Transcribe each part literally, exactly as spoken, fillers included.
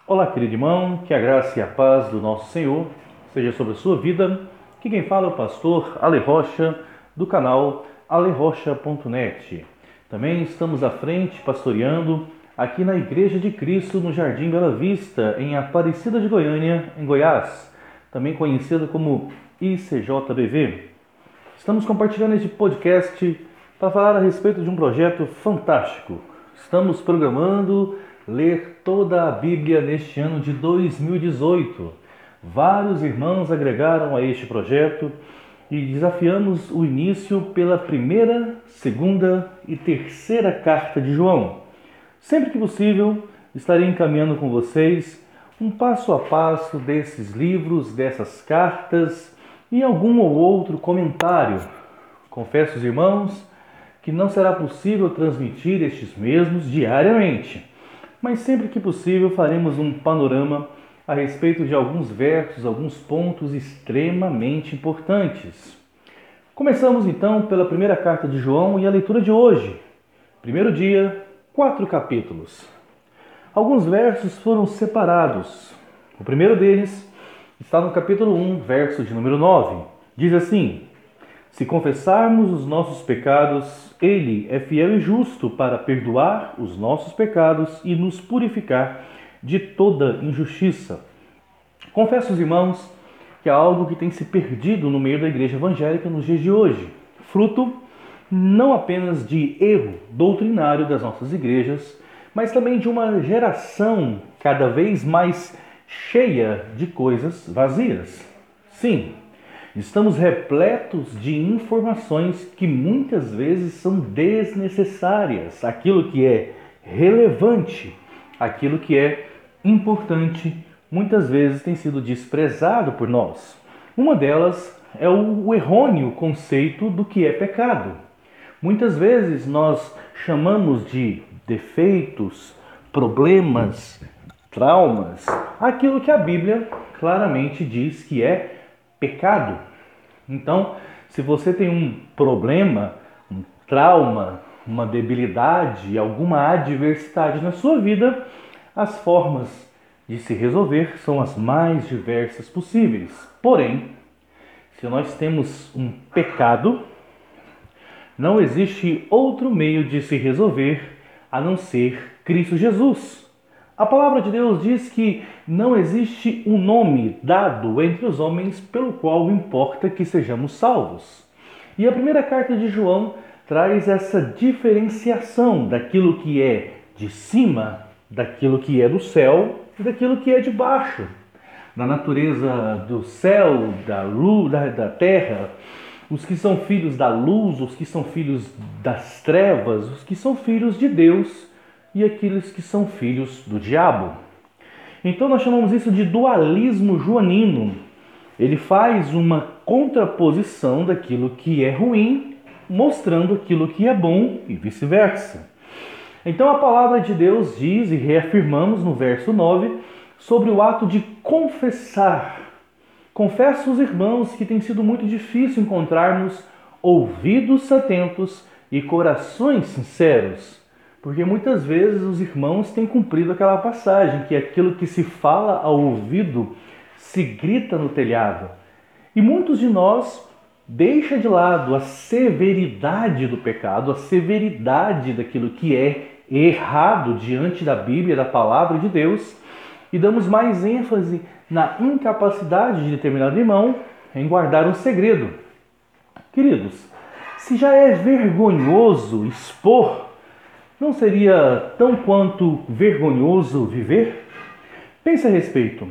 Olá, querido irmão, que a graça e a paz do nosso Senhor seja sobre a sua vida. Aqui quem fala é o pastor Ale Rocha, do canal ale rocha ponto net. Também estamos à frente, pastoreando, aqui na Igreja de Cristo, no Jardim Bela Vista, em Aparecida de Goiânia, em Goiás, também conhecida como I C J B V. Estamos compartilhando este podcast para falar a respeito de um projeto fantástico. Estamos programando ler toda a Bíblia neste ano de dois mil e dezoito. Vários irmãos agregaram a este projeto e desafiamos o início pela primeira, segunda e terceira carta de João. Sempre que possível, estarei encaminhando com vocês um passo a passo desses livros, dessas cartas e algum ou outro comentário. Confesso, os irmãos, que não será possível transmitir estes mesmos diariamente, mas sempre que possível faremos um panorama a respeito de alguns versos, alguns pontos extremamente importantes. Começamos então pela primeira carta de João e a leitura de hoje. Primeiro dia, quatro capítulos. Alguns versos foram separados. O primeiro deles está no capítulo um, verso de número nove. Diz assim: se confessarmos os nossos pecados, Ele é fiel e justo para perdoar os nossos pecados e nos purificar de toda injustiça. Confesso, os irmãos, que há algo que tem se perdido no meio da igreja evangélica nos dias de hoje, fruto não apenas de erro doutrinário das nossas igrejas, mas também de uma geração cada vez mais cheia de coisas vazias. Sim, estamos repletos de informações que muitas vezes são desnecessárias. Aquilo que é relevante, aquilo que é importante, muitas vezes tem sido desprezado por nós. Uma delas é o errôneo conceito do que é pecado. Muitas vezes nós chamamos de defeitos, problemas, traumas, aquilo que a Bíblia claramente diz que é pecado. Então, se você tem um problema, um trauma, uma debilidade, alguma adversidade na sua vida, as formas de se resolver são as mais diversas possíveis. Porém, se nós temos um pecado, não existe outro meio de se resolver a não ser Cristo Jesus. A palavra de Deus diz que não existe um nome dado entre os homens pelo qual importa que sejamos salvos. E a primeira carta de João traz essa diferenciação daquilo que é de cima, daquilo que é do céu e daquilo que é de baixo, da natureza do céu, da luz, da, da terra, os que são filhos da luz, os que são filhos das trevas, os que são filhos de Deus e aqueles que são filhos do diabo. Então nós chamamos isso de dualismo joanino. Ele faz uma contraposição daquilo que é ruim, mostrando aquilo que é bom e vice-versa. Então a palavra de Deus diz, e reafirmamos no verso nove, sobre o ato de confessar. Confesso os irmãos que tem sido muito difícil encontrarmos ouvidos atentos e corações sinceros, porque muitas vezes os irmãos têm cumprido aquela passagem, que aquilo que se fala ao ouvido se grita no telhado. E muitos de nós deixam de lado a severidade do pecado, a severidade daquilo que é errado diante da Bíblia, da palavra de Deus, e damos mais ênfase na incapacidade de determinado irmão em guardar um segredo. Queridos, se já é vergonhoso expor, não seria tão quanto vergonhoso viver? Pense a respeito,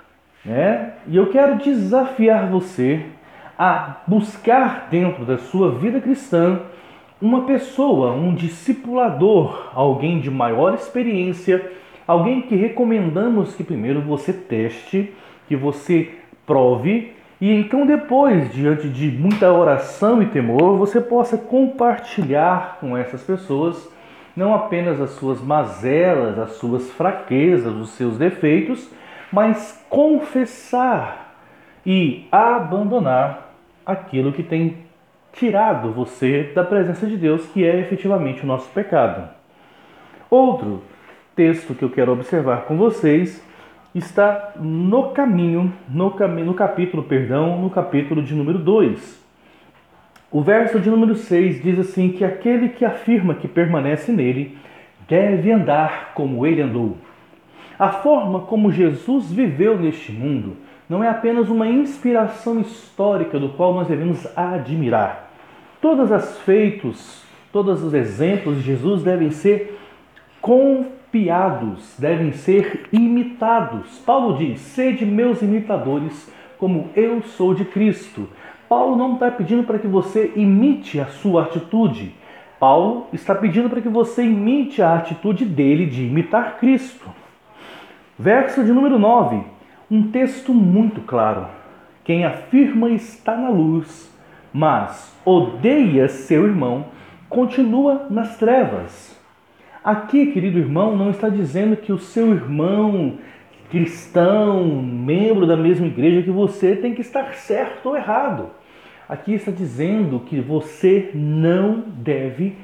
né? E eu quero desafiar você a buscar dentro da sua vida cristã uma pessoa, um discipulador, alguém de maior experiência, alguém que recomendamos que primeiro você teste, que você prove, e então depois, diante de muita oração e temor, você possa compartilhar com essas pessoas não apenas as suas mazelas, as suas fraquezas, os seus defeitos, mas confessar e abandonar aquilo que tem tirado você da presença de Deus, que é efetivamente o nosso pecado. Outro texto que eu quero observar com vocês está no caminho, no, cami no capítulo, perdão, no capítulo de número dois. O verso de número seis diz assim, que aquele que afirma que permanece nele deve andar como ele andou. A forma como Jesus viveu neste mundo não é apenas uma inspiração histórica do qual nós devemos admirar. Todos os feitos, todos os exemplos de Jesus devem ser copiados, devem ser imitados. Paulo diz, sede meus imitadores, como eu sou de Cristo. Paulo não está pedindo para que você imite a sua atitude. Paulo está pedindo para que você imite a atitude dele de imitar Cristo. Verso de número nove, um texto muito claro. Quem afirma está na luz, mas odeia seu irmão, continua nas trevas. Aqui, querido irmão, não está dizendo que o seu irmão cristão, membro da mesma igreja que você, tem que estar certo ou errado. Aqui está dizendo que você não deve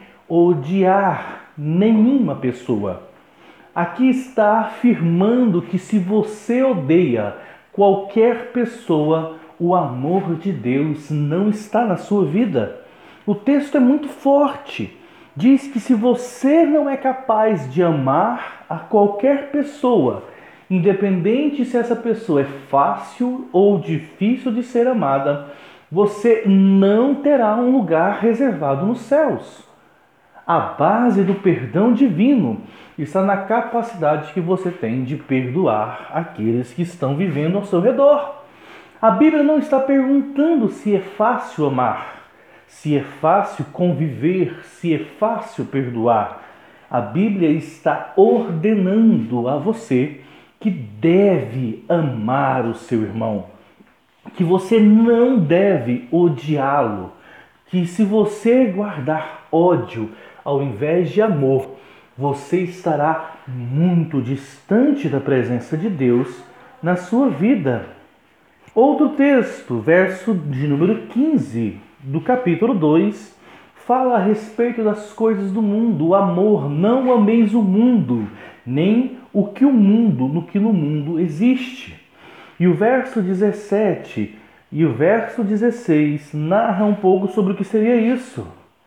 odiar nenhuma pessoa. Aqui está afirmando que se você odeia qualquer pessoa, o amor de Deus não está na sua vida. O texto é muito forte. Diz que se você não é capaz de amar a qualquer pessoa, independente se essa pessoa é fácil ou difícil de ser amada, você não terá um lugar reservado nos céus. A base do perdão divino está na capacidade que você tem de perdoar aqueles que estão vivendo ao seu redor. A Bíblia não está perguntando se é fácil amar, se é fácil conviver, se é fácil perdoar. A Bíblia está ordenando a você que deve amar o seu irmão, que você não deve odiá-lo, que se você guardar ódio ao invés de amor, você estará muito distante da presença de Deus na sua vida. Outro texto, verso de número quinze do capítulo dois, fala a respeito das coisas do mundo. O amor, não ameis o mundo, nem o que o mundo, no que no mundo existe. E o verso dezessete e o verso dezesseis narra um pouco sobre o que seria isso.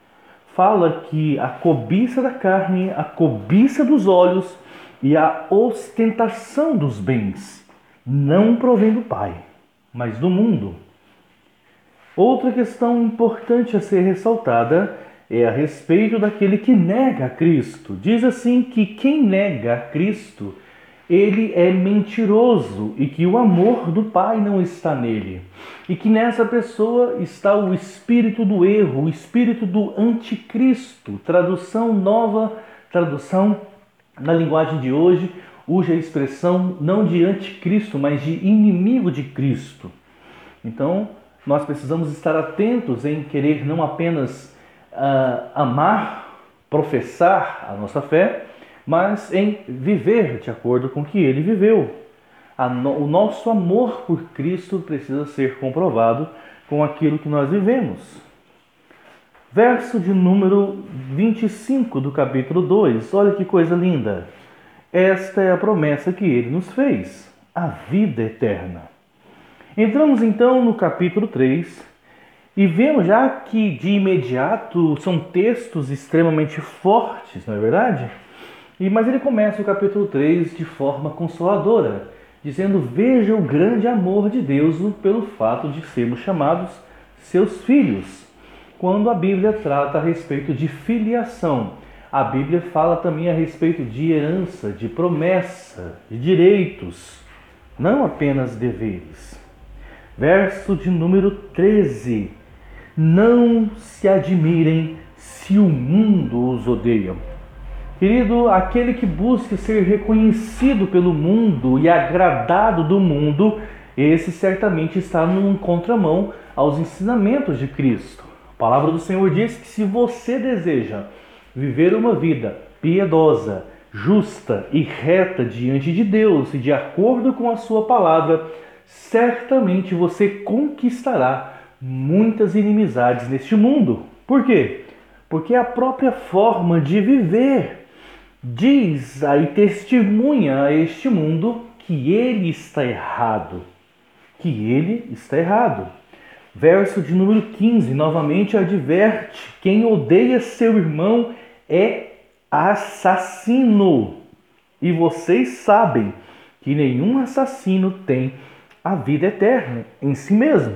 Fala que a cobiça da carne, a cobiça dos olhos e a ostentação dos bens não provém do Pai, mas do mundo. Outra questão importante a ser ressaltada é a respeito daquele que nega a Cristo. Diz assim que quem nega a Cristo, ele é mentiroso e que o amor do Pai não está nele. E que nessa pessoa está o espírito do erro, o espírito do anticristo. Tradução nova, tradução na linguagem de hoje, usa a expressão não de anticristo, mas de inimigo de Cristo. Então, nós precisamos estar atentos em querer não apenas uh, amar, professar a nossa fé, mas em viver de acordo com o que ele viveu. No, o nosso amor por Cristo precisa ser comprovado com aquilo que nós vivemos. Verso de número vinte e cinco do capítulo dois, olha que coisa linda. Esta é a promessa que ele nos fez, a vida eterna. Entramos então no capítulo três e vemos já que de imediato são textos extremamente fortes, não é verdade? E, mas ele começa o capítulo três de forma consoladora, dizendo, veja o grande amor de Deus pelo fato de sermos chamados seus filhos. Quando a Bíblia trata a respeito de filiação, a Bíblia fala também a respeito de herança, de promessa, de direitos, não apenas deveres. Verso de número treze. Não se admirem se o mundo os odeia. Querido, aquele que busca ser reconhecido pelo mundo e agradado do mundo, esse certamente está num contramão aos ensinamentos de Cristo. A palavra do Senhor diz que se você deseja viver uma vida piedosa, justa e reta diante de Deus e de acordo com a sua palavra, certamente você conquistará muitas inimizades neste mundo. Por quê? Porque a própria forma de viver diz aí, testemunha a este mundo que ele está errado. Que ele está errado. Verso de número quinze, novamente adverte: quem odeia seu irmão é assassino. E vocês sabem que nenhum assassino tem a vida eterna em si mesmo.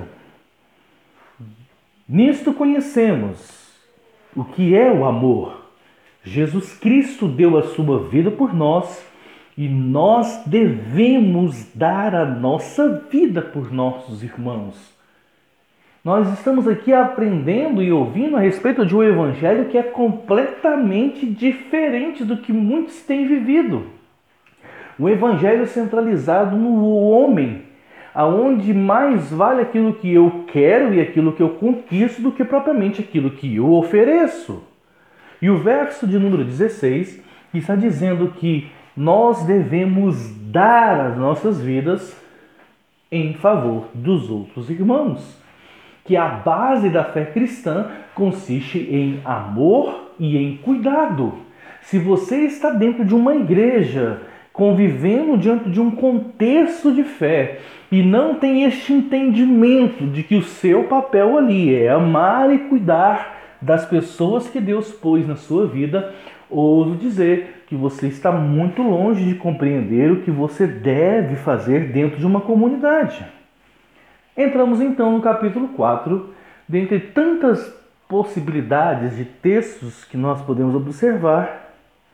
Nisto conhecemos o que é o amor. Jesus Cristo deu a sua vida por nós e nós devemos dar a nossa vida por nossos irmãos. Nós estamos aqui aprendendo e ouvindo a respeito de um evangelho que é completamente diferente do que muitos têm vivido. Um evangelho centralizado no homem, aonde mais vale aquilo que eu quero e aquilo que eu conquisto do que propriamente aquilo que eu ofereço. E o verso de número dezesseis está dizendo que nós devemos dar as nossas vidas em favor dos outros irmãos. Que a base da fé cristã consiste em amor e em cuidado. Se você está dentro de uma igreja, convivendo diante de um contexto de fé, e não tem este entendimento de que o seu papel ali é amar e cuidar das pessoas que Deus pôs na sua vida, ouso dizer que você está muito longe de compreender o que você deve fazer dentro de uma comunidade. Entramos então no capítulo quatro, dentre tantas possibilidades de textos que nós podemos observar,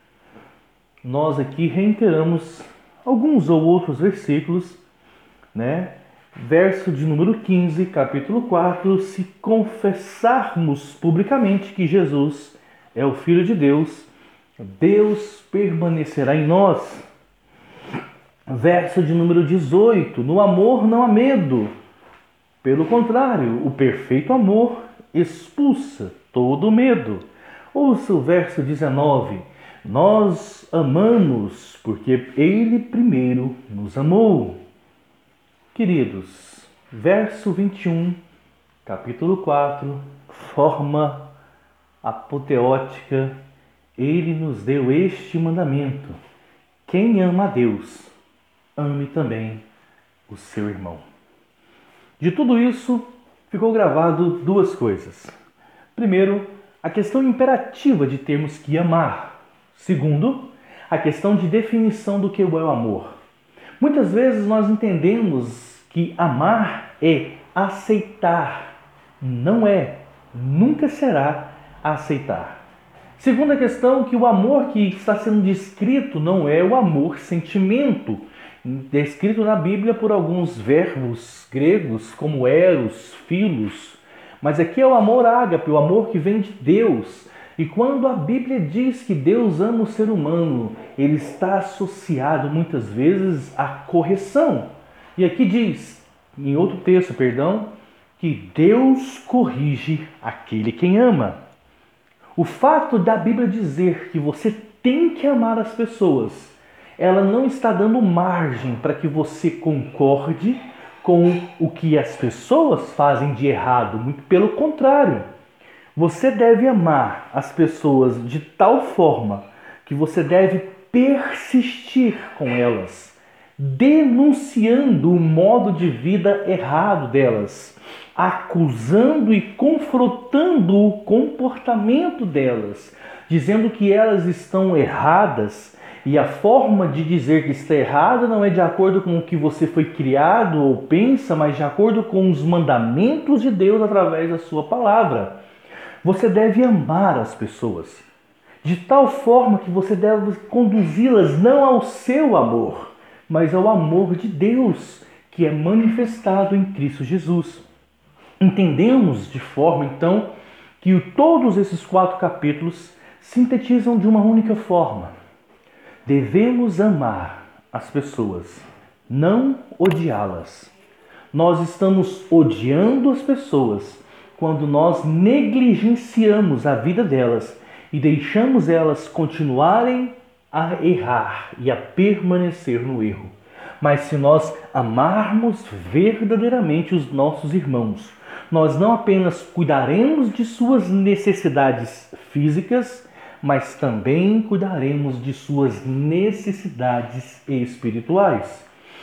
nós aqui reiteramos alguns ou outros versículos, né? Verso de número quinze, capítulo quatro, se confessarmos publicamente que Jesus é o Filho de Deus, Deus permanecerá em nós. Verso de número dezoito, no amor não há medo. Pelo contrário, o perfeito amor expulsa todo medo. Ouça o verso dezenove. Nós amamos porque Ele primeiro nos amou. Queridos, verso vinte e um, capítulo quatro, forma apoteótica, Ele nos deu este mandamento: quem ama a Deus, ame também o seu irmão. De tudo isso, ficou gravado duas coisas. Primeiro, a questão imperativa de termos que amar. Segundo, a questão de definição do que é o amor. Muitas vezes nós entendemos que amar é aceitar. Não é, nunca será aceitar. Segunda questão, que o amor que está sendo descrito não é o amor sentimento, descrito na Bíblia por alguns verbos gregos, como eros, filos, mas aqui é o amor ágape, o amor que vem de Deus. E quando a Bíblia diz que Deus ama o ser humano, ele está associado muitas vezes à correção. E aqui diz, em outro texto, perdão, que Deus corrige aquele quem ama. O fato da Bíblia dizer que você tem que amar as pessoas, ela não está dando margem para que você concorde com o que as pessoas fazem de errado. Muito pelo contrário. Você deve amar as pessoas de tal forma que você deve persistir com elas, denunciando o modo de vida errado delas, acusando e confrontando o comportamento delas, dizendo que elas estão erradas. E a forma de dizer que está errado não é de acordo com o que você foi criado ou pensa, mas de acordo com os mandamentos de Deus através da sua palavra. Você deve amar as pessoas de tal forma que você deve conduzi-las não ao seu amor, mas ao amor de Deus, que é manifestado em Cristo Jesus. Entendemos de forma, então, que todos esses quatro capítulos sintetizam de uma única forma. Devemos amar as pessoas, não odiá-las. Nós estamos odiando as pessoas quando nós negligenciamos a vida delas e deixamos elas continuarem a errar e a permanecer no erro. Mas se nós amarmos verdadeiramente os nossos irmãos, nós não apenas cuidaremos de suas necessidades físicas, mas também cuidaremos de suas necessidades espirituais.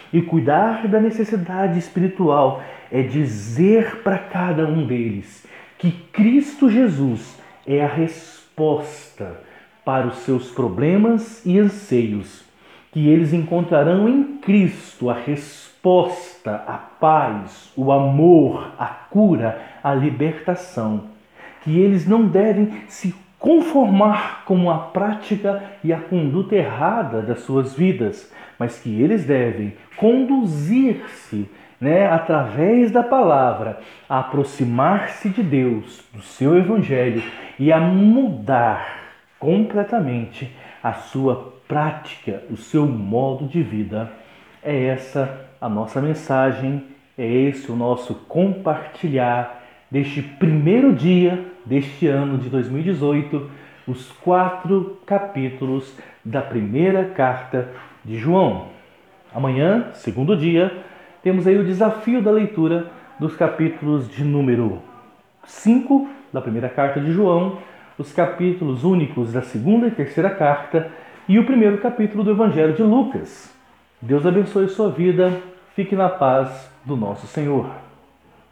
E cuidar da necessidade espiritual é dizer para cada um deles que Cristo Jesus é a resposta para os seus problemas e anseios, que eles encontrarão em Cristo a resposta, a paz, o amor, a cura, a libertação, que eles não devem se conformar com a prática e a conduta errada das suas vidas, mas que eles devem conduzir-se, né, através da palavra, a aproximar-se de Deus, do seu Evangelho e a mudar completamente a sua prática, o seu modo de vida. É essa a nossa mensagem, é esse o nosso compartilhar deste primeiro dia deste ano de dois mil e dezoito, os quatro capítulos da primeira carta de João. Amanhã, segundo dia, temos aí o desafio da leitura dos capítulos de número cinco da primeira carta de João, os capítulos únicos da segunda e terceira carta e o primeiro capítulo do Evangelho de Lucas. Deus abençoe sua vida, fique na paz do nosso Senhor.